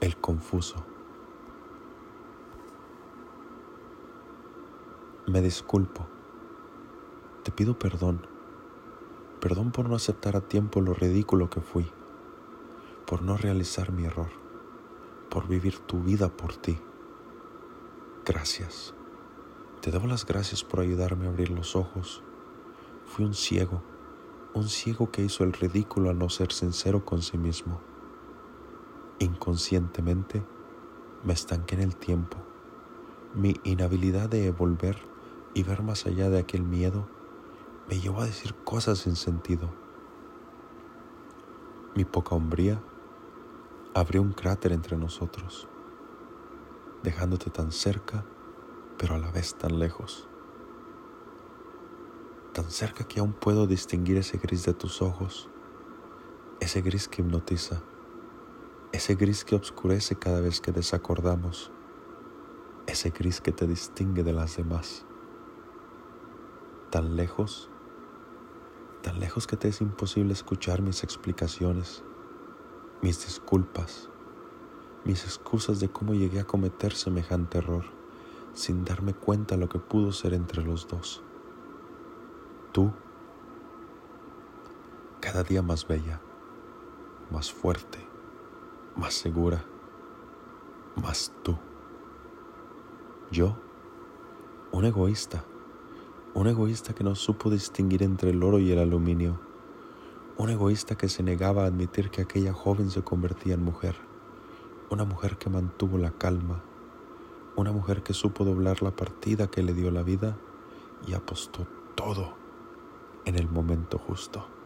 El confuso. Me disculpo. Te pido perdón. Perdón por no aceptar a tiempo lo ridículo que fui, por no realizar mi error, por vivir tu vida por ti. Gracias. Te doy las gracias por ayudarme a abrir los ojos. Fui un ciego que hizo el ridículo al no ser sincero con sí mismo. Inconscientemente me estanqué en el tiempo. Mi inhabilidad de volver y ver más allá de aquel miedo me llevó a decir cosas sin sentido. Mi poca hombría abrió un cráter entre nosotros, dejándote tan cerca, pero a la vez tan lejos. Tan cerca que aún puedo distinguir ese gris de tus ojos, ese gris que hipnotiza, ese gris que oscurece cada vez que desacordamos, ese gris que te distingue de las demás. Tan lejos que te es imposible escuchar mis explicaciones, mis disculpas, mis excusas de cómo llegué a cometer semejante error sin darme cuenta lo que pudo ser entre los dos. Tú, cada día más bella, más fuerte, más segura, más tú. Yo, un egoísta que no supo distinguir entre el oro y el aluminio, un egoísta que se negaba a admitir que aquella joven se convertía en mujer, una mujer que mantuvo la calma, una mujer que supo doblar la partida que le dio la vida y apostó todo en el momento justo.